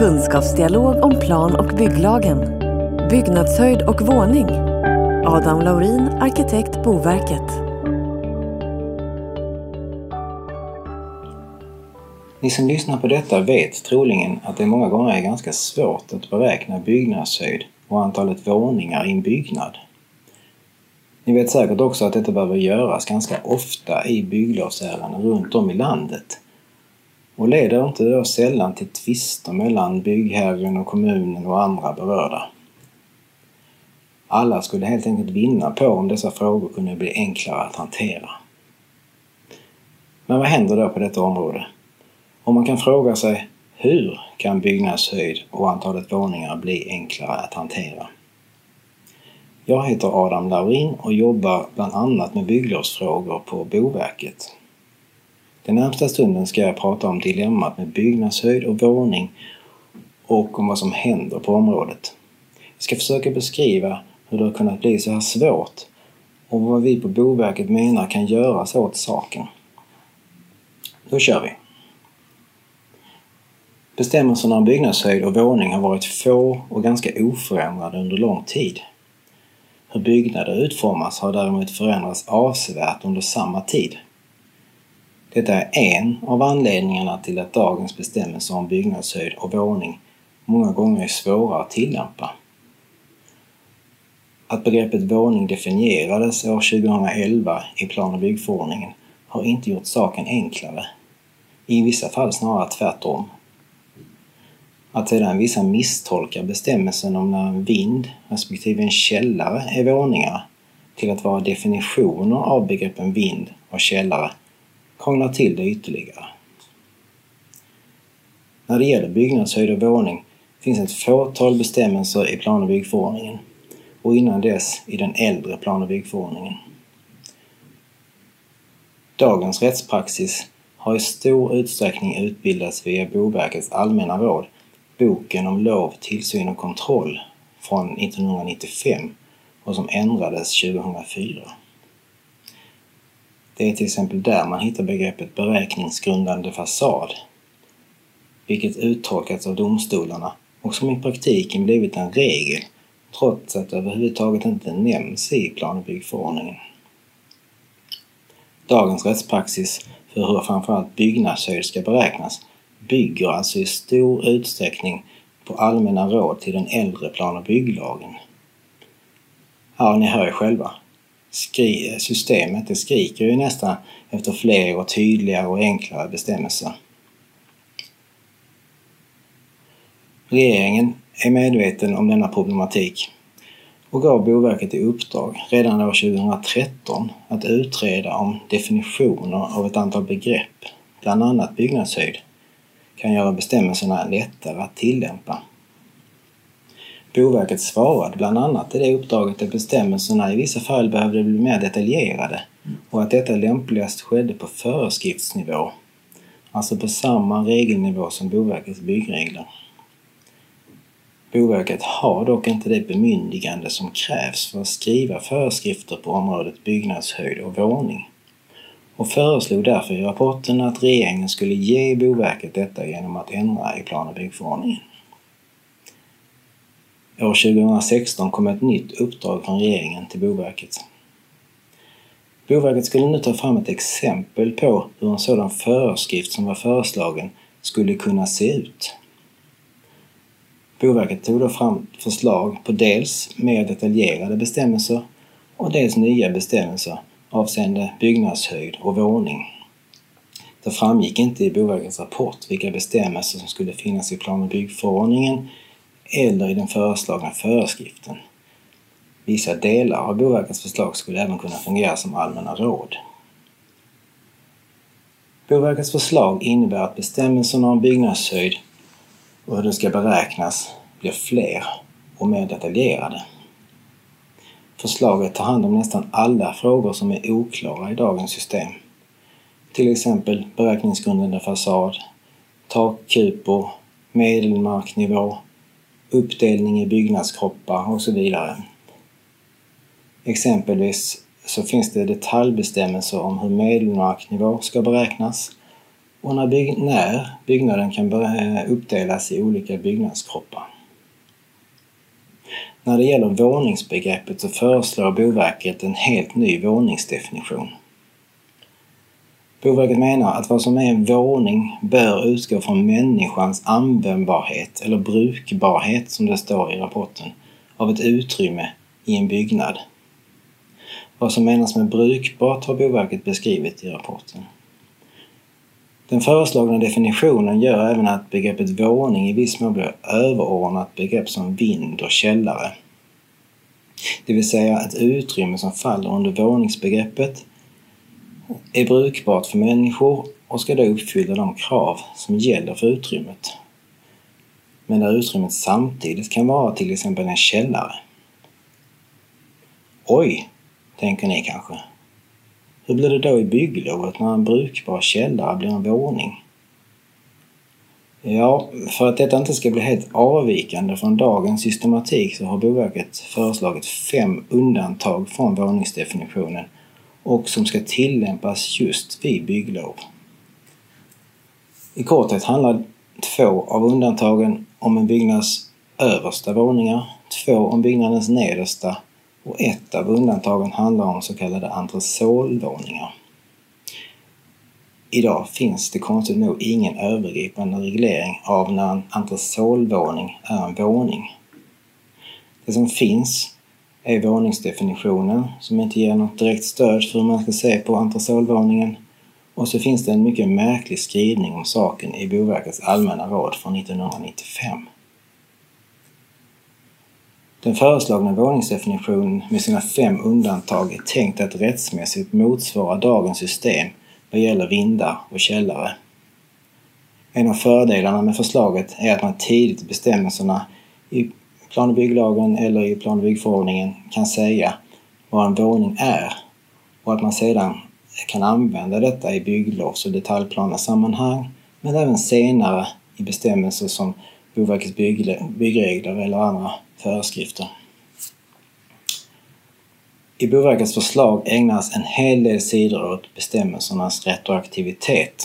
Kunskapsdialog om plan- och bygglagen. Byggnadshöjd och våning. Adam Laurin, arkitekt Boverket. Ni som lyssnar på detta vet troligen att det många gånger är ganska svårt att beräkna byggnadshöjd och antalet våningar i en byggnad. Ni vet säkert också att detta behöver göras ganska ofta i bygglovsärenden runt om i landet. Och leder inte då sällan till tvister mellan byggherren och kommunen och andra berörda. Alla skulle helt enkelt vinna på om dessa frågor kunde bli enklare att hantera. Men vad händer då på detta område? Och man kan fråga sig, hur kan byggnadshöjd och antalet våningar bli enklare att hantera? Jag heter Adam Laurin och jobbar bland annat med bygglovsfrågor på Boverket. Den närmsta stunden ska jag prata om dilemmat med byggnadshöjd och våning och om vad som händer på området. Jag ska försöka beskriva hur det har kunnat bli så här svårt och vad vi på Boverket menar kan göras åt saken. Då kör vi! Bestämmelserna om byggnadshöjd och våning har varit få och ganska oförändrade under lång tid. Hur byggnader utformas har däremot förändrats avsevärt under samma tid. Detta är en av anledningarna till att dagens bestämmelser om byggnadshöjd och våning många gånger är svåra att tillämpa. Att begreppet våning definierades år 2011 i plan- och byggförordningen har inte gjort saken enklare. I vissa fall snarare tvärtom. Att sedan vissa misstolkar bestämmelsen om när en vind respektive en källare är våningar till att vara definitioner av begreppen vind och källare krånglar till det ytterligare. När det gäller byggnadshöjd och våning finns ett fåtal bestämmelser i plan- och byggförordningen och innan dess i den äldre plan- och byggförordningen. Dagens rättspraxis har i stor utsträckning utbildats via Boverkets allmänna råd, boken om lov, tillsyn och kontroll från 1995 och som ändrades 2004. Det är till exempel där man hittar begreppet beräkningsgrundande fasad, vilket uttolkats av domstolarna och som i praktiken blivit en regel trots att det överhuvudtaget inte nämns i plan- och byggförordningen. Dagens rättspraxis för hur framförallt byggnadshöjd ska beräknas bygger alltså i stor utsträckning på allmänna råd till den äldre plan- och bygglagen. Ja, ni hör ju själva. Systemet det skriker ju nästan efter fler och tydligare och enklare bestämmelser. Regeringen är medveten om denna problematik och gav Boverket i uppdrag redan år 2013 att utreda om definitioner av ett antal begrepp, bland annat byggnadshöjd, kan göra bestämmelserna lättare att tillämpa. Boverket svarade bland annat i det uppdraget att bestämmelserna i vissa fall behövde bli mer detaljerade och att detta lämpligast skedde på föreskriftsnivå, alltså på samma regelnivå som Boverkets byggregler. Boverket har dock inte det bemyndigande som krävs för att skriva föreskrifter på området byggnadshöjd och våning och föreslog därför i rapporten att regeringen skulle ge Boverket detta genom att ändra i plan- och byggförordningen. År 2016 kom ett nytt uppdrag från regeringen till Boverket. Boverket skulle nu ta fram ett exempel på hur en sådan föreskrift som var föreslagen skulle kunna se ut. Boverket tog då fram förslag på dels mer detaljerade bestämmelser och dels nya bestämmelser avseende byggnadshöjd och våning. Det framgick inte i Boverkets rapport vilka bestämmelser som skulle finnas i plan- och byggförordningen eller i den föreslagna föreskriften. Vissa delar av Boverkets förslag skulle även kunna fungera som allmänna råd. Boverkets förslag innebär att bestämmelserna om byggnadshöjd och hur det ska beräknas blir fler och mer detaljerade. Förslaget tar hand om nästan alla frågor som är oklara i dagens system. Till exempel beräkningsgrundande fasad, takkupor, medelmarknivå, uppdelning i byggnadskroppar och så vidare. Exempelvis så finns det detaljbestämmelser om hur medelmarknivå ska beräknas och när byggnaden kan uppdelas i olika byggnadskroppar. När det gäller våningsbegreppet så föreslår Boverket en helt ny våningsdefinition. Boverket menar att vad som är en våning bör utgå från människans användbarhet eller brukbarhet, som det står i rapporten, av ett utrymme i en byggnad. Vad som menas med brukbart har Boverket beskrivit i rapporten. Den föreslagna definitionen gör även att begreppet våning i viss mån blir överordnat begrepp som vind och källare. Det vill säga ett utrymme som faller under våningsbegreppet är brukbart för människor och ska då uppfylla de krav som gäller för utrymmet. Men där utrymmet samtidigt kan vara till exempel en källare. Oj, tänker ni kanske. Hur blir det då i bygglovet när en brukbar källare blir en våning? Ja, för att detta inte ska bli helt avvikande från dagens systematik så har Boverket föreslagit 5 undantag från våningsdefinitionen och som ska tillämpas just vid bygglov. I korthet handlar 2 av undantagen om en byggnads översta våningar, 2 om byggnadens nedersta och 1 av undantagen handlar om så kallade entresolvåningar. Idag finns det konstigt nog ingen övergripande reglering av när en entresolvåning är en våning. Det som finns är våningsdefinitionen som inte ger något direkt stöd för hur man ska se på entresolvåningen, och så finns det en mycket märklig skrivning om saken i Boverkets allmänna råd från 1995. Den föreslagna våningsdefinitionen med sina 5 undantag är tänkt att rättsmässigt motsvara dagens system vad gäller vindar och källare. En av fördelarna med förslaget är att man tidigt i bestämmelserna i plan- och bygglagen eller i plan- och byggförordningen kan säga vad en våning är och att man sedan kan använda detta i bygglovs- och detaljplanesammanhang, men även senare i bestämmelser som Boverkets byggregler eller andra föreskrifter. I Boverkets förslag ägnas en hel del sidor åt bestämmelsernas retroaktivitet.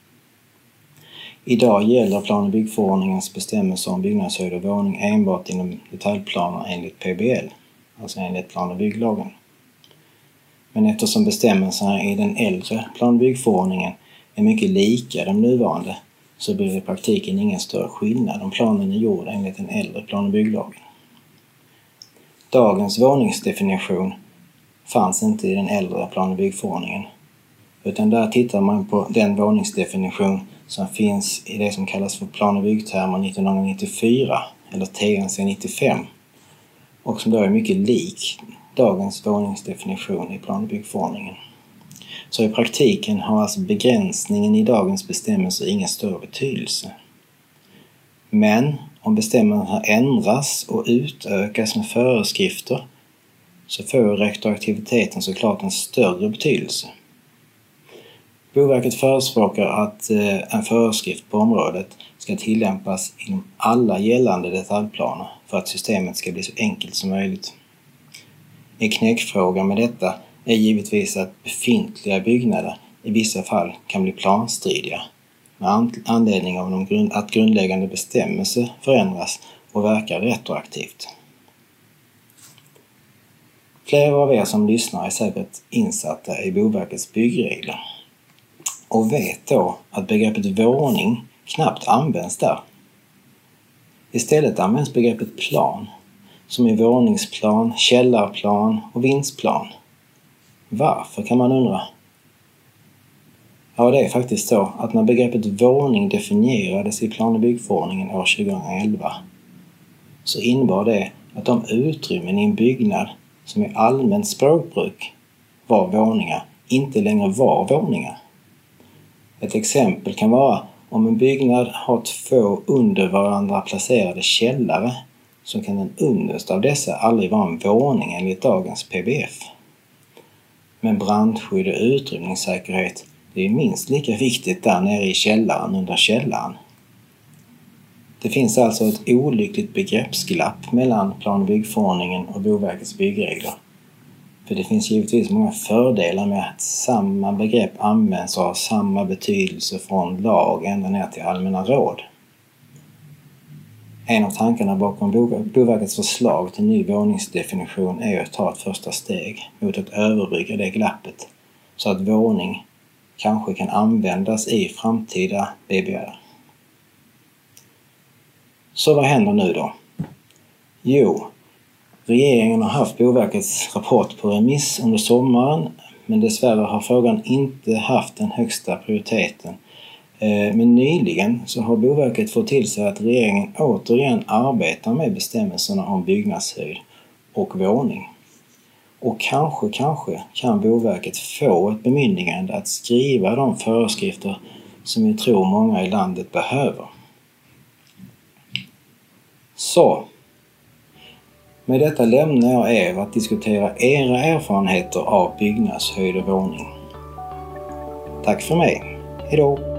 Idag gäller plan- och byggförordningens bestämmelser om byggnadshöjd och våning enbart inom detaljplaner enligt PBL, alltså enligt plan- och bygglagen. Men eftersom bestämmelserna i den äldre plan- och byggförordningen är mycket lika de nuvarande så blir det i praktiken ingen större skillnad om planen är gjord enligt den äldre plan- och bygglagen. Dagens våningsdefinition fanns inte i den äldre plan- och byggförordningen, utan där tittar man på den våningsdefinition som finns i det som kallas för plan- och byggtermer 1994 eller TNC 95 och som då är mycket lik dagens våningsdefinition i plan- och byggförordningen. Så i praktiken har alltså begränsningen i dagens bestämmelser ingen större betydelse. Men om bestämmelserna ändras och utökas med föreskrifter så får retroaktiviteten såklart en större betydelse. Boverket förespråkar att en föreskrift på området ska tillämpas inom alla gällande detaljplaner för att systemet ska bli så enkelt som möjligt. En knäckfråga med detta är givetvis att befintliga byggnader i vissa fall kan bli planstridiga med anledning av att grundläggande bestämmelser förändras och verkar retroaktivt. Flera av er som lyssnar är säkert insatta i Boverkets byggregler och vet då att begreppet våning knappt används där. Istället används begreppet plan, som i våningsplan, källarplan och vindsplan. Varför kan man undra? Ja, det är faktiskt så att när begreppet våning definierades i plan- och byggförordningen år 2011 så innebar det att de utrymmen i en byggnad som i allmänt språkbruk var våningar inte längre var våningar. Ett exempel kan vara om en byggnad har 2 under varandra placerade källare så kan den understa av dessa aldrig vara en våning enligt dagens PBF. Men brandskydd och utrymningssäkerhet det är minst lika viktigt där nere i källaren under källaren. Det finns alltså ett olyckligt begreppsglapp mellan plan- och byggförordningen och Boverkets byggregler. För det finns givetvis många fördelar med att samma begrepp används och har samma betydelse från lag ända ner till allmänna råd. En av tankarna bakom Boverkets förslag till ny våningsdefinition är att ta ett första steg mot att överbrygga det glappet så att våning kanske kan användas i framtida BBR. Så vad händer nu då? Jo, regeringen har haft Boverkets rapport på remiss under sommaren, men dessvärre har frågan inte haft den högsta prioriteten. Men nyligen så har Boverket fått till sig att regeringen återigen arbetar med bestämmelserna om byggnadshöjd och våning. Och kanske kan Boverket få ett bemyndigande att skriva de föreskrifter som vi tror många i landet behöver. Så, med detta lämnar jag er att diskutera era erfarenheter av byggnadshöjd och våning. Tack för mig. Hejdå!